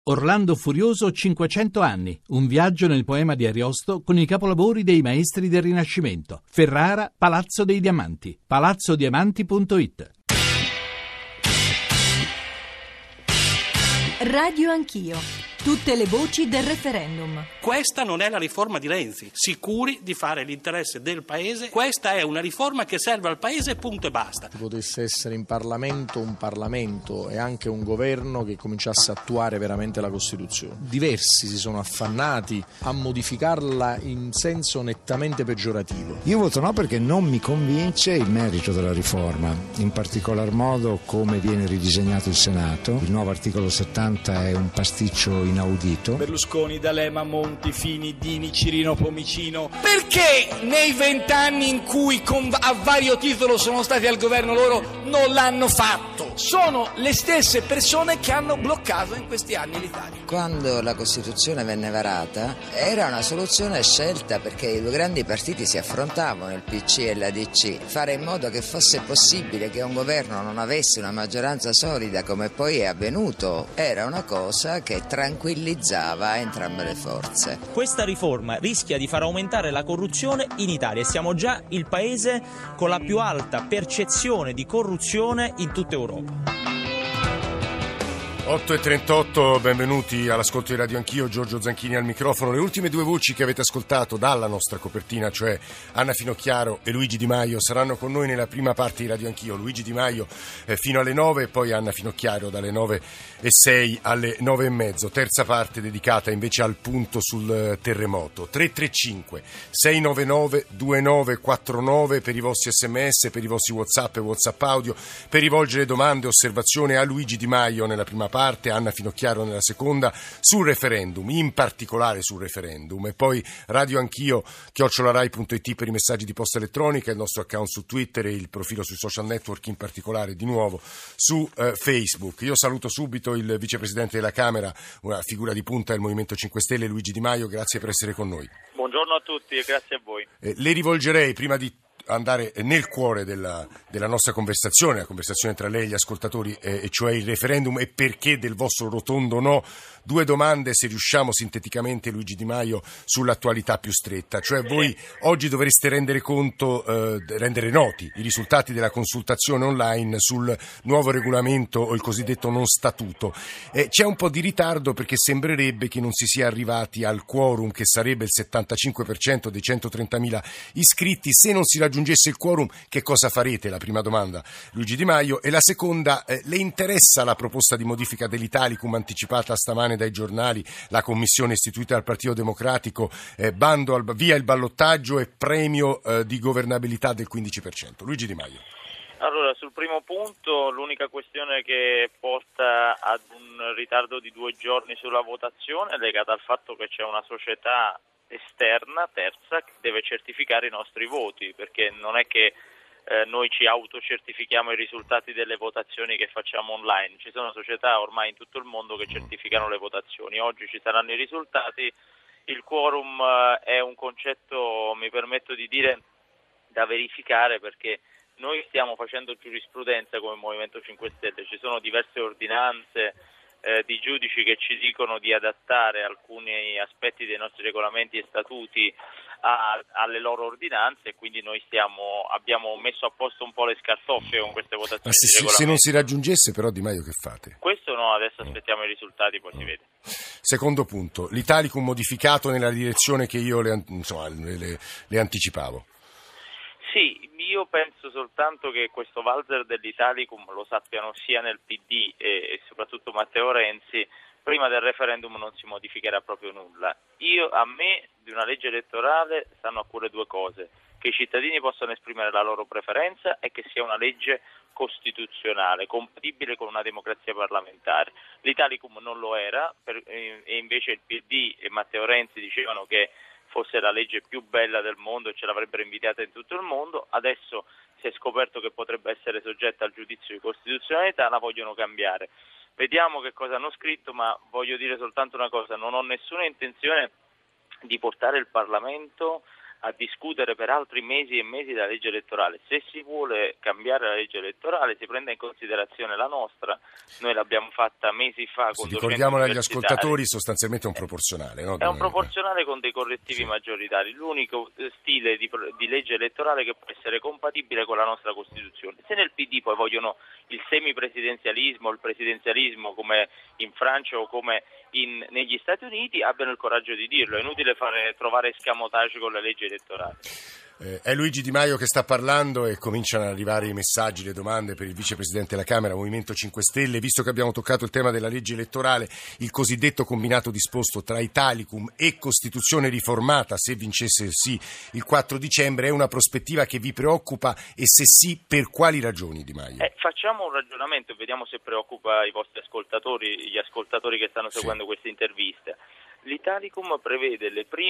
Orlando Furioso 500 anni, un viaggio nel poema di Ariosto con i capolavori dei maestri del Rinascimento. Ferrara, Palazzo dei Diamanti, palazzodiamanti.it. Radio Anch'io. Tutte le voci del referendum. Questa non è la riforma di Renzi, sicuri di fare l'interesse del Paese. Questa è una riforma che serve al Paese, punto e basta. Potesse essere in Parlamento un Parlamento e anche un governo che cominciasse a attuare veramente la Costituzione. Diversi si sono affannati a modificarla in senso nettamente peggiorativo. Io voto no perché non mi convince il merito della riforma, in particolar modo come viene ridisegnato il Senato. Il nuovo articolo 70 è un pasticcio inaudito. Berlusconi, D'Alema, Monti, Fini, Dini, Cirino, Pomicino. Perché nei 20 anni in cui a vario titolo sono stati al governo loro non l'hanno fatto? Sono le stesse persone che hanno bloccato in questi anni l'Italia. Quando la Costituzione venne varata era una soluzione scelta perché i due grandi partiti si affrontavano, il PC e la DC. Fare in modo che fosse possibile che un governo non avesse una maggioranza solida come poi è avvenuto era una cosa che tranquillizzava entrambe le forze. Questa riforma rischia di far aumentare la corruzione in Italia e siamo già il paese con la più alta percezione di corruzione in tutta Europa. 8:38, benvenuti all'ascolto di Radio Anch'io, Giorgio Zanchini al microfono. Le ultime due voci che avete ascoltato dalla nostra copertina, cioè Anna Finocchiaro e Luigi Di Maio, saranno con noi nella prima parte di Radio Anch'io. Luigi Di Maio fino alle 9 e poi Anna Finocchiaro dalle 9:06 alle 9:30. Terza parte dedicata invece al punto sul terremoto. 335 699 2949 per i vostri sms, per i vostri WhatsApp e WhatsApp audio, per rivolgere domande e osservazioni a Luigi Di Maio nella prima parte, Anna Finocchiaro nella seconda, sul referendum, in particolare sul referendum, e poi Radio Anch'io @rai.it per i messaggi di posta elettronica, il nostro account su Twitter e il profilo sui social network, in particolare di nuovo su Facebook. Io saluto subito il vicepresidente della Camera, una figura di punta del Movimento 5 Stelle, Luigi Di Maio, grazie per essere con noi. Buongiorno a tutti e grazie a voi. Le rivolgerei, prima di andare nel cuore della nostra conversazione, la conversazione tra lei e gli ascoltatori, e cioè il referendum e perché del vostro rotondo no, due domande, se riusciamo sinteticamente, Luigi Di Maio, sull'attualità più stretta. Cioè voi oggi dovreste rendere noti i risultati della consultazione online sul nuovo regolamento o il cosiddetto non statuto. C'è un po' di ritardo perché sembrerebbe che non si sia arrivati al quorum, che sarebbe il 75% dei 130.000 iscritti. Se non si raggiungesse il quorum, che cosa farete? La prima domanda, Luigi Di Maio. E la seconda, le interessa la proposta di modifica dell'Italicum anticipata stamane dai giornali, la commissione istituita dal Partito Democratico, bando via il ballottaggio e premio di governabilità del 15%? Luigi Di Maio. Allora, sul primo punto, l'unica questione che porta ad un ritardo di 2 giorni sulla votazione è legata al fatto che c'è una società esterna, terza, che deve certificare i nostri voti, perché non è che noi ci autocertifichiamo i risultati delle votazioni che facciamo online. Ci sono società ormai in tutto il mondo che certificano le votazioni. Oggi ci saranno i risultati. Il quorum è un concetto, mi permetto di dire, da verificare, perché noi stiamo facendo giurisprudenza come Movimento 5 Stelle. Ci sono diverse ordinanze di giudici che ci dicono di adattare alcuni aspetti dei nostri regolamenti e statuti alle loro ordinanze, e quindi noi abbiamo messo a posto un po' le scartoffie con queste votazioni. Ma se non si raggiungesse però, Di Maio, che fate? Questo no, adesso aspettiamo i risultati, poi si vede. Secondo punto, l'Italicum modificato nella direzione che io le anticipavo. Sì, io penso soltanto che questo valzer dell'Italicum lo sappiano sia nel PD e soprattutto Matteo Renzi. Prima del referendum non si modificherà proprio nulla. A me di una legge elettorale stanno a cuore due cose: che i cittadini possano esprimere la loro preferenza e che sia una legge costituzionale, compatibile con una democrazia parlamentare. L'Italicum non lo era e invece il PD e Matteo Renzi dicevano che fosse la legge più bella del mondo e ce l'avrebbero invidiata in tutto il mondo. Adesso si è scoperto che potrebbe essere soggetta al giudizio di costituzionalità, la vogliono cambiare. Vediamo che cosa hanno scritto, ma voglio dire soltanto una cosa: non ho nessuna intenzione di portare il Parlamento a discutere per altri mesi e mesi la legge elettorale. Se si vuole cambiare la legge elettorale si prenda in considerazione la nostra, noi l'abbiamo fatta mesi fa con ricordiamolo agli ascoltatori, sostanzialmente è un proporzionale, no? È un proporzionale con dei correttivi maggioritari, l'unico stile di legge elettorale che può essere compatibile con la nostra Costituzione. Se nel PD poi vogliono il semipresidenzialismo o il presidenzialismo come in Francia o come negli Stati Uniti, abbiano il coraggio di dirlo, è inutile trovare escamotage con le leggi elettorali. È Luigi Di Maio che sta parlando e cominciano ad arrivare i messaggi, le domande per il vicepresidente della Camera, Movimento 5 Stelle. Visto che abbiamo toccato il tema della legge elettorale, il cosiddetto combinato disposto tra Italicum e Costituzione riformata, se vincesse il sì il 4 dicembre, è una prospettiva che vi preoccupa e se sì, per quali ragioni, Di Maio? Facciamo un ragionamento e vediamo se preoccupa i vostri ascoltatori, gli ascoltatori che stanno seguendo queste interviste. L'Italicum prevede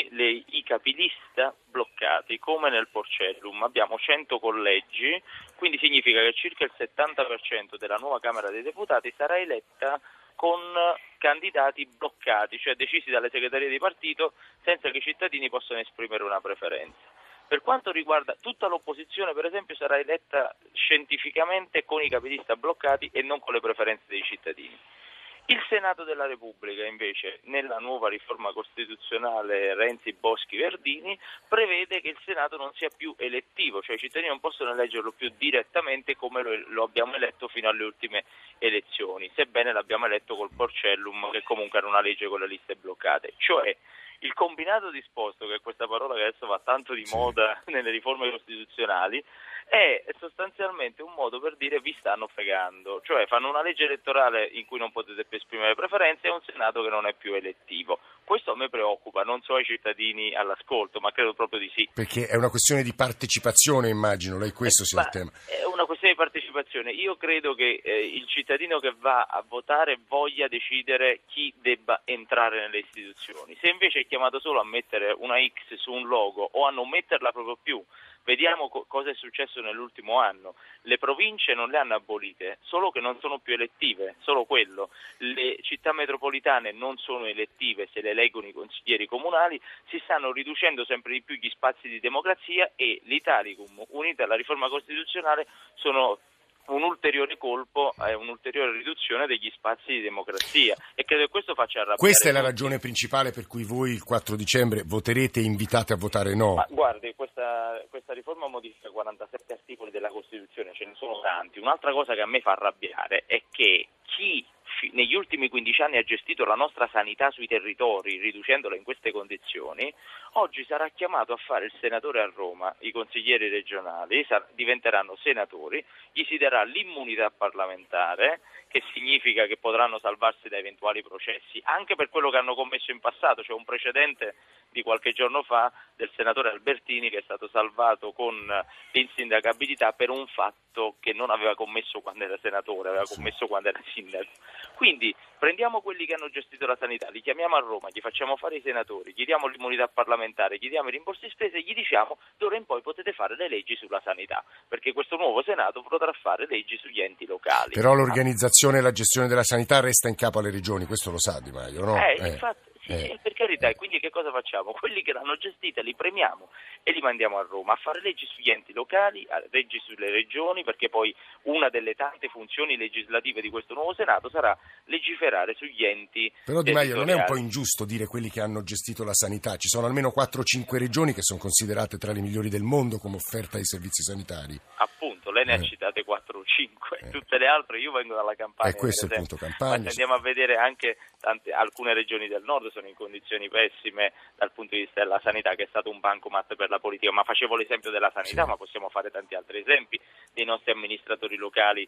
i capilista bloccati come nel Porcellum, abbiamo 100 collegi, quindi significa che circa il 70% della nuova Camera dei Deputati sarà eletta con candidati bloccati, cioè decisi dalle segreterie di partito senza che i cittadini possano esprimere una preferenza. Per quanto riguarda tutta l'opposizione, per esempio, sarà eletta scientificamente con i capilista bloccati e non con le preferenze dei cittadini. Il Senato della Repubblica, invece, nella nuova riforma costituzionale Renzi-Boschi-Verdini, prevede che il Senato non sia più elettivo, cioè i cittadini non possono eleggerlo più direttamente come lo abbiamo eletto fino alle ultime elezioni, sebbene l'abbiamo eletto col Porcellum, che comunque era una legge con le liste bloccate. Cioè, il combinato disposto, che è questa parola che adesso va tanto di moda nelle riforme costituzionali, è sostanzialmente un modo per dire vi stanno fregando, cioè fanno una legge elettorale in cui non potete più esprimere preferenze e un Senato che non è più elettivo. Questo a me preoccupa, non so ai cittadini all'ascolto, ma credo proprio di sì. Perché è una questione di partecipazione, immagino, lei questo sia il tema. È una questione di partecipazione. Io credo che il cittadino che va a votare voglia decidere chi debba entrare nelle istituzioni. Se invece è chiamato solo a mettere una X su un logo o a non metterla proprio più, vediamo cosa è successo nell'ultimo anno. Le province non le hanno abolite, solo che non sono più elettive, solo quello. Le città metropolitane non sono elettive se le eleggono i consiglieri comunali, si stanno riducendo sempre di più gli spazi di democrazia e l'Italicum, unita alla riforma costituzionale, sono un ulteriore colpo, un'ulteriore riduzione degli spazi di democrazia e credo che questo faccia arrabbiare. Questa è la ragione principale per cui voi il 4 dicembre voterete e invitate a votare no? Ma guardi, questa riforma modifica 47 articoli della Costituzione, ce ne sono tanti. Un'altra cosa che a me fa arrabbiare è che chi negli ultimi 15 anni ha gestito la nostra sanità sui territori, riducendola in queste condizioni, oggi sarà chiamato a fare il senatore a Roma, i consiglieri regionali diventeranno senatori, gli si darà l'immunità parlamentare, che significa che potranno salvarsi da eventuali processi, anche per quello che hanno commesso in passato. C'è un precedente di qualche giorno fa del senatore Albertini che è stato salvato con l'insindacabilità per un fatto che non aveva commesso quando era senatore, aveva commesso quando era sindaco. Quindi prendiamo quelli che hanno gestito la sanità, li chiamiamo a Roma, gli facciamo fare i senatori, gli diamo l'immunità parlamentare, gli diamo i rimborsi spese e gli diciamo d'ora in poi potete fare le leggi sulla sanità, perché questo nuovo Senato potrà fare leggi sugli enti locali. Però l'organizzazione e la gestione della sanità resta in capo alle regioni, questo lo sa Di Maio, no? Infatti. Sì, per carità, e quindi che cosa facciamo? Quelli che l'hanno gestita li premiamo e li mandiamo a Roma a fare leggi sugli enti locali, leggi sulle regioni, perché poi una delle tante funzioni legislative di questo nuovo Senato sarà legiferare sugli enti. Però Di Maio, non è un po' ingiusto dire quelli che hanno gestito la sanità? Ci sono almeno 4 o 5 regioni che sono considerate tra le migliori del mondo come offerta di servizi sanitari. Appunto, lei ne ha citate 4 o 5, tutte le altre, io vengo dalla Campania. Questo è il punto, Campania. Ma andiamo a vedere anche alcune regioni del nord sono in condizioni pessime dal punto di vista della sanità, che è stato un bancomat per la politica, ma facevo l'esempio della sanità, ma possiamo fare tanti altri esempi dei nostri amministratori locali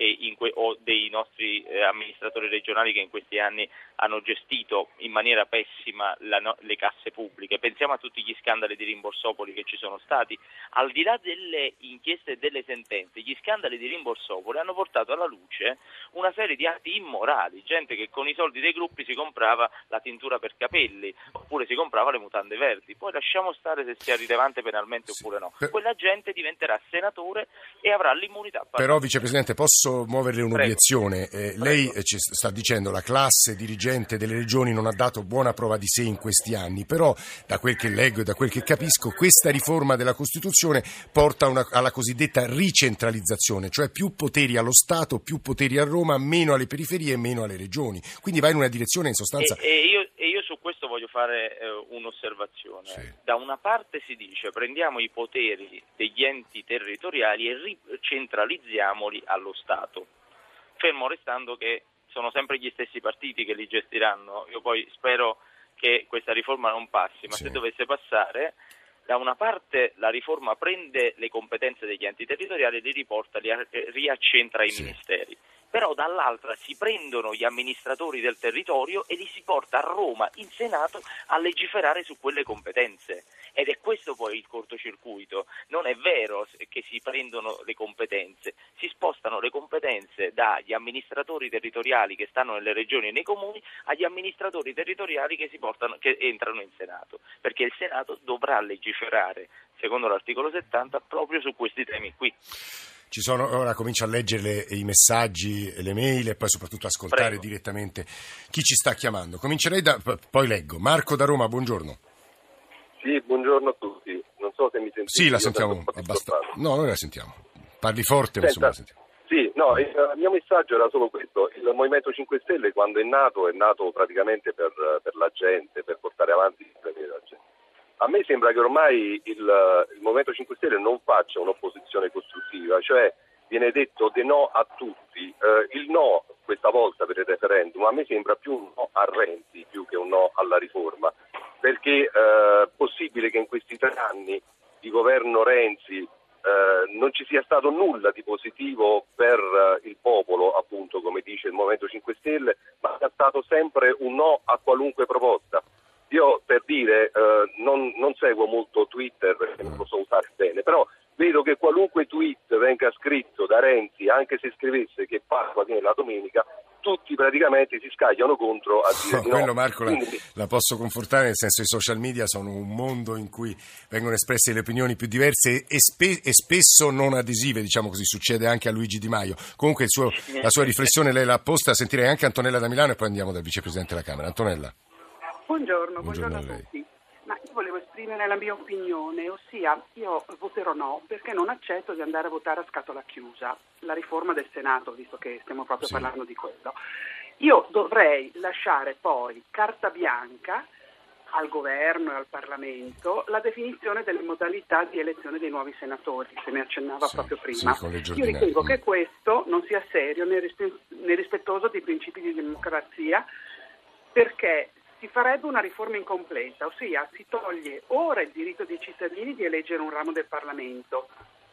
o dei nostri amministratori regionali che in questi anni hanno gestito in maniera pessima le casse pubbliche. Pensiamo a tutti gli scandali di rimborsopoli che ci sono stati. Al di là delle inchieste e delle sentenze, gli scandali di rimborsopoli hanno portato alla luce una serie di atti immorali, gente che con i soldi dei gruppi Luppi si comprava la tintura per capelli, oppure si comprava le mutande verdi. Poi lasciamo stare se sia rilevante penalmente oppure no. Quella gente diventerà senatore e avrà l'immunità parlamentare. Però, Vicepresidente, posso muoverle un'obiezione? Lei ci sta dicendo la classe dirigente delle regioni non ha dato buona prova di sé in questi anni, però da quel che leggo e da quel che capisco questa riforma della Costituzione porta alla cosiddetta ricentralizzazione, cioè più poteri allo Stato, più poteri a Roma, meno alle periferie e meno alle regioni. Quindi va in una direzione in sostanza... E io su questo voglio fare un'osservazione. Sì. Da una parte si dice prendiamo i poteri degli enti territoriali e ricentralizziamoli allo Stato, fermo restando che sono sempre gli stessi partiti che li gestiranno. Io poi spero che questa riforma non passi, ma se dovesse passare, da una parte la riforma prende le competenze degli enti territoriali e li riporta, li riaccentra ai ministeri. Però dall'altra si prendono gli amministratori del territorio e li si porta a Roma, in Senato, a legiferare su quelle competenze. Ed è questo poi il cortocircuito. Non è vero che si prendono le competenze, si spostano le competenze dagli amministratori territoriali che stanno nelle regioni e nei comuni agli amministratori territoriali che entrano in Senato. Perché il Senato dovrà legiferare, secondo l'articolo 70, proprio su questi temi qui. Ora comincio a leggere i messaggi, le mail e poi soprattutto ascoltare direttamente chi ci sta chiamando. Comincerei poi leggo. Marco da Roma, buongiorno. Sì, buongiorno a tutti. Non so se mi sentite. Sì, la sentiamo abbastanza. No, noi la sentiamo. Parli forte, ma insomma la sentiamo. Sì, no, il mio messaggio era solo questo. Il Movimento 5 Stelle quando è nato praticamente per la gente, per portare avanti i problemi della gente. A me sembra che ormai il Movimento 5 Stelle non faccia un'opposizione costruttiva, cioè viene detto di no a tutti. Il no questa volta per il referendum a me sembra più un no a Renzi più che un no alla riforma, perché è possibile che in questi 3 anni di governo Renzi non ci sia stato nulla di positivo per il popolo, appunto, come dice il Movimento 5 Stelle, ma è stato sempre un no a qualunque proposta. Io, per dire, non seguo molto Twitter perché non lo so usare bene, però vedo che qualunque tweet venga scritto da Renzi, anche se scrivesse che Pasqua viene la domenica, tutti praticamente si scagliano contro a dire di no. Quello, Marco, la posso confortare, nel senso che i social media sono un mondo in cui vengono espresse le opinioni più diverse e spesso non adesive, diciamo così, succede anche a Luigi Di Maio. Comunque la sua riflessione lei l'ha posta, sentirei anche Antonella da Milano e poi andiamo dal Vicepresidente della Camera. Antonella. Buongiorno a tutti. Ma io volevo esprimere la mia opinione, ossia io voterò no perché non accetto di andare a votare a scatola chiusa la riforma del Senato, visto che stiamo proprio parlando di quello. Io dovrei lasciare poi carta bianca al governo e al Parlamento la definizione delle modalità di elezione dei nuovi senatori, se ne accennava proprio prima. Io ritengo che questo non sia serio né rispettoso dei principi di democrazia, perché si farebbe una riforma incompleta, ossia si toglie ora il diritto dei cittadini di eleggere un ramo del Parlamento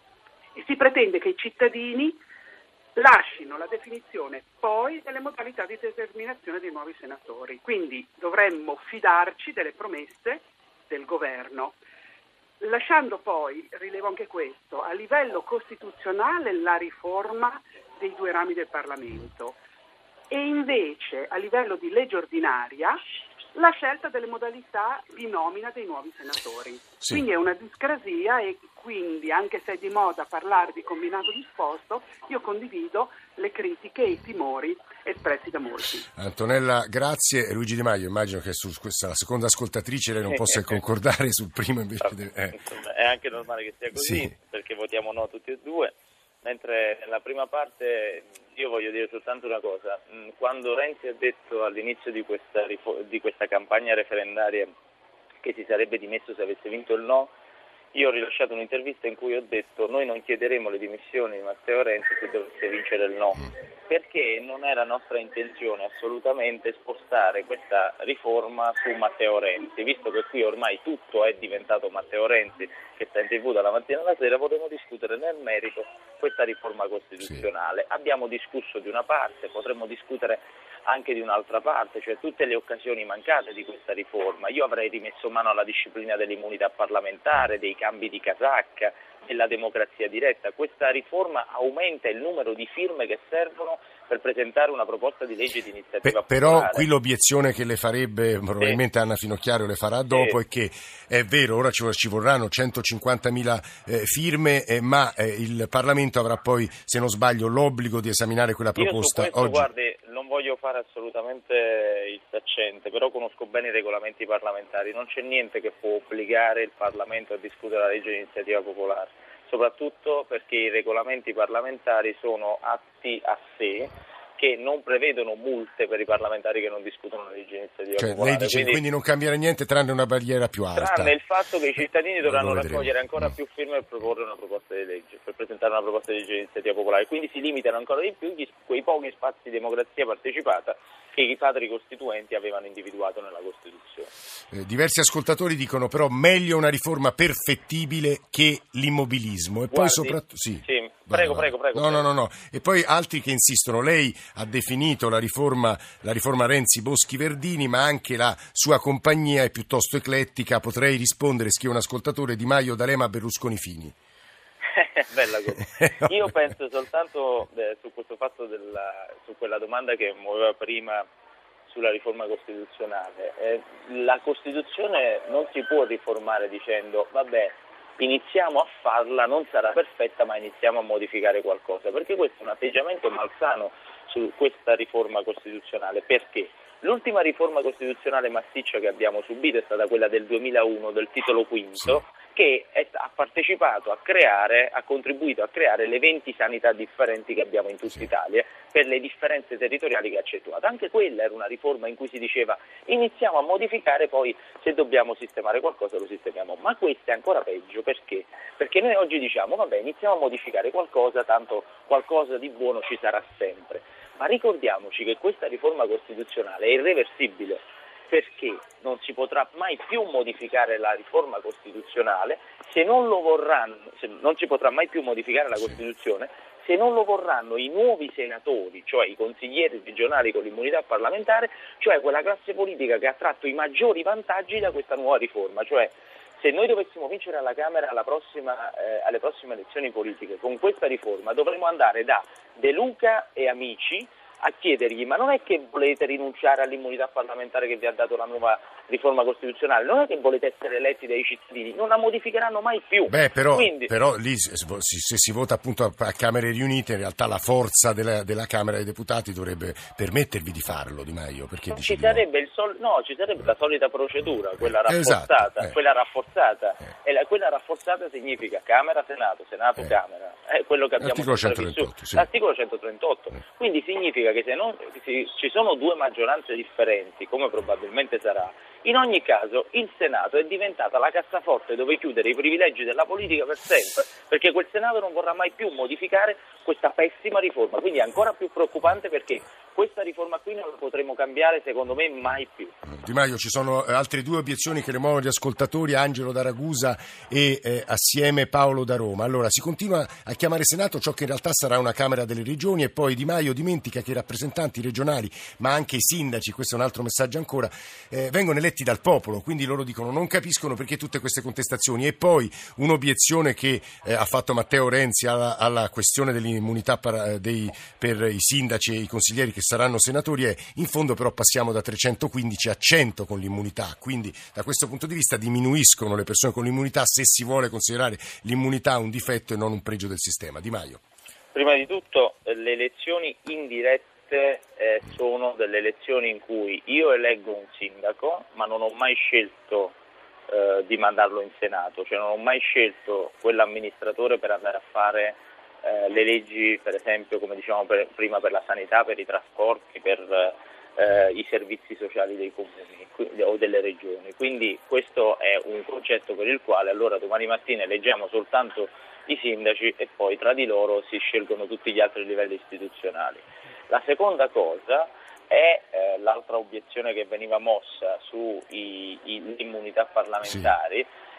e si pretende che i cittadini lascino la definizione poi delle modalità di determinazione dei nuovi senatori. Quindi dovremmo fidarci delle promesse del governo, lasciando poi, rilevo anche questo, a livello costituzionale la riforma dei 2 rami del Parlamento e invece a livello di legge ordinaria la scelta delle modalità di nomina dei nuovi senatori. Sì. Quindi è una discrasia e quindi, anche se è di moda parlare di combinato disposto, io condivido le critiche e i timori espressi da molti. Antonella, grazie. Luigi Di Maio, immagino che su questa la seconda ascoltatrice lei non possa concordare sul primo invece. Insomma, è anche normale che sia così, perché votiamo no tutti e due. Mentre nella prima parte io voglio dire soltanto una cosa: quando Renzi ha detto all'inizio di questa campagna referendaria che si sarebbe dimesso se avesse vinto il no, io ho rilasciato un'intervista in cui ho detto noi non chiederemo le dimissioni di Matteo Renzi se dovesse vincere il no, perché non era nostra intenzione assolutamente spostare questa riforma su Matteo Renzi, visto che qui ormai tutto è diventato Matteo Renzi che sta in TV dalla mattina alla sera. Potremo discutere nel merito questa riforma costituzionale. Abbiamo discusso di una parte, potremmo discutere anche di un'altra parte, cioè tutte le occasioni mancate di questa riforma. Io avrei rimesso mano alla disciplina dell'immunità parlamentare, dei cambi di casacca, della democrazia diretta. Questa riforma aumenta il numero di firme che servono per presentare una proposta di legge di iniziativa Però popolare. qui l'obiezione che le farebbe probabilmente Anna Finocchiaro le farà dopo è che è vero, ora ci vorranno 150.000 firme, ma il Parlamento avrà poi, se non sbaglio, l'obbligo di esaminare quella proposta. Io su questo, oggi. guardi, non voglio fare assolutamente il saccente, però conosco bene i regolamenti parlamentari. Non c'è niente che può obbligare il Parlamento a discutere la legge di iniziativa popolare, soprattutto perché i regolamenti parlamentari sono atti a sé che non prevedono multe per i parlamentari che non discutono la legge di iniziativa popolare. Lei dice quindi non cambierà niente tranne una barriera più alta. Tranne il fatto che i cittadini dovranno raccogliere ancora più firme per proporre una proposta di legge, per presentare una proposta di legge di iniziativa popolare. Quindi si limitano ancora di più quei pochi spazi di democrazia partecipata che i padri costituenti avevano individuato nella Costituzione. Diversi ascoltatori dicono però meglio una riforma perfettibile che l'immobilismo. E poi soprattutto... Prego. No. E poi altri che insistono. Lei ha definito la riforma Renzi-Boschi-Verdini, ma anche la sua compagnia è piuttosto eclettica. Potrei rispondere, scrive un ascoltatore, Di Maio, D'Alema, Berlusconi-Fini. Bella cosa. Io penso soltanto su questo fatto su quella domanda che muoveva prima sulla riforma costituzionale. La Costituzione non si può riformare dicendo vabbè, iniziamo a farla, non sarà perfetta ma iniziamo a modificare qualcosa, perché questo è un atteggiamento malsano su questa riforma costituzionale. Perché? L'ultima riforma costituzionale massiccia che abbiamo subito è stata quella del 2001 del titolo quinto, che ha partecipato ha contribuito a creare le 20 sanità differenti che abbiamo in tutta Italia per le differenze territoriali che ha accentuato. Anche quella era una riforma in cui si diceva iniziamo a modificare, poi se dobbiamo sistemare qualcosa lo sistemiamo. Ma questa è ancora peggio, perché? Perché noi oggi diciamo vabbè, iniziamo a modificare qualcosa, tanto qualcosa di buono ci sarà sempre. Ma ricordiamoci che questa riforma costituzionale è irreversibile, perché non si potrà mai più modificare la riforma costituzionale non si potrà mai più modificare la Costituzione se non lo vorranno i nuovi senatori, cioè i consiglieri regionali con l'immunità parlamentare, cioè quella classe politica che ha tratto i maggiori vantaggi da questa nuova riforma. Cioè, se noi dovessimo vincere alla Camera alle prossime elezioni politiche con questa riforma, dovremmo andare da De Luca e amici a chiedergli ma non è che volete rinunciare all'immunità parlamentare che vi ha dato la nuova riforma costituzionale, non è che volete essere eletti dai cittadini, non la modificheranno mai più. Però lì se si vota appunto a Camere riunite, in realtà la forza della Camera dei Deputati dovrebbe permettervi di farlo, Di Maio, perché ci sarebbe ci sarebbe la solita procedura, quella rafforzata, quella rafforzata significa Camera, Senato, Camera, è quello che abbiamo l'articolo 138, l'articolo 138. Quindi significa che se non ci sono due maggioranze differenti, come probabilmente sarà, in ogni caso il Senato è diventata la cassaforte dove chiudere i privilegi della politica per sempre, perché quel Senato non vorrà mai più modificare questa pessima riforma. Quindi è ancora più preoccupante, perché questa riforma qui non la potremo cambiare secondo me mai più. Di Maio, ci sono altre due obiezioni che le muovono gli ascoltatori, Angelo da Ragusa e assieme Paolo da Roma. Allora, si continua a chiamare Senato ciò che in realtà sarà una Camera delle Regioni, e poi Di Maio dimentica che i rappresentanti regionali, ma anche i sindaci, questo è un altro messaggio ancora, vengono eletti dal popolo, quindi loro dicono non capiscono perché tutte queste contestazioni. E poi un'obiezione che ha fatto Matteo Renzi alla questione dell'immunità per i sindaci e i consiglieri che saranno senatori è: in fondo però passiamo da 315 a 100 con l'immunità, quindi da questo punto di vista diminuiscono le persone con l'immunità, se si vuole considerare l'immunità un difetto e non un pregio del sistema. Di Maio. Prima di tutto le elezioni indirette sono delle elezioni in cui io eleggo un sindaco, ma non ho mai scelto di mandarlo in Senato, cioè non ho mai scelto quell'amministratore per andare a fare le leggi, per esempio, come dicevamo prima, per la sanità, per i trasporti, per i servizi sociali dei comuni o delle regioni. Quindi questo è un concetto per il quale allora domani mattina eleggiamo soltanto i sindaci e poi tra di loro si scelgono tutti gli altri livelli istituzionali. La seconda cosa è l'altra obiezione che veniva mossa sulle immunità parlamentari,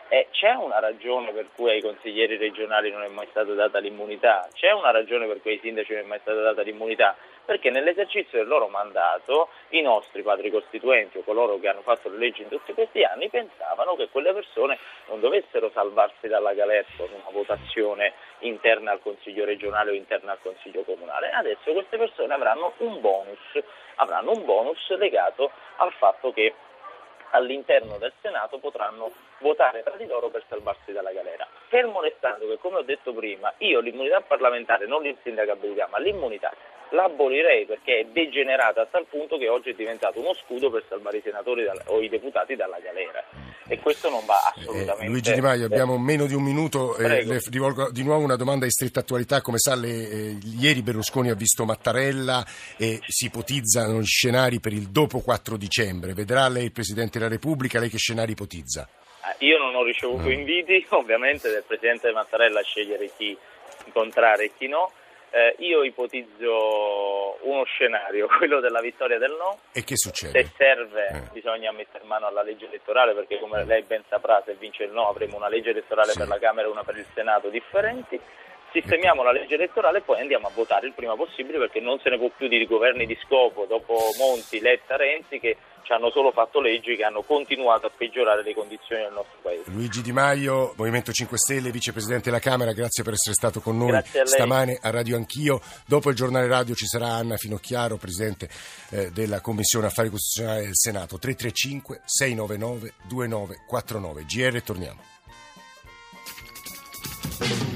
C'è una ragione per cui ai consiglieri regionali non è mai stata data l'immunità, c'è una ragione per cui ai sindaci non è mai stata data l'immunità, perché nell'esercizio del loro mandato i nostri padri costituenti o coloro che hanno fatto le leggi in tutti questi anni pensavano che quelle persone non dovessero salvarsi dalla galera con una votazione interna al Consiglio regionale o interna al Consiglio comunale. Adesso queste persone avranno un bonus legato al fatto che all'interno del Senato potranno votare tra di loro per salvarsi dalla galera. Fermo restando che, come ho detto prima, io l'immunità parlamentare, non l'insindacabilità, ma l'immunità la abolirei perché è degenerata a tal punto che oggi è diventato uno scudo per salvare i senatori o i deputati dalla galera. E questo non va assolutamente. Luigi Di Maio, abbiamo meno di un minuto, le rivolgo di nuovo una domanda di stretta attualità. Come sa, ieri Berlusconi ha visto Mattarella e si ipotizzano gli scenari per il dopo 4 dicembre. Vedrà lei il Presidente della Repubblica, lei che scenari ipotizza? Io non ho ricevuto inviti, ovviamente, del Presidente Mattarella a scegliere chi incontrare e chi no. Io ipotizzo uno scenario, quello della vittoria del no. E che succede? Se serve bisogna mettere mano alla legge elettorale, perché come lei ben saprà, se vince il no avremo una legge elettorale per la Camera e una per il Senato differenti. Sistemiamo la legge elettorale e poi andiamo a votare il prima possibile, perché non se ne può più di governi di scopo dopo Monti, Letta, Renzi, che ci hanno solo fatto leggi che hanno continuato a peggiorare le condizioni del nostro Paese. Luigi Di Maio, Movimento 5 Stelle, Vicepresidente della Camera, grazie per essere stato con noi stamane a Radio Anch'io. Dopo il giornale radio ci sarà Anna Finocchiaro, Presidente della Commissione Affari Costituzionali del Senato. 335 699 2949. GR, torniamo.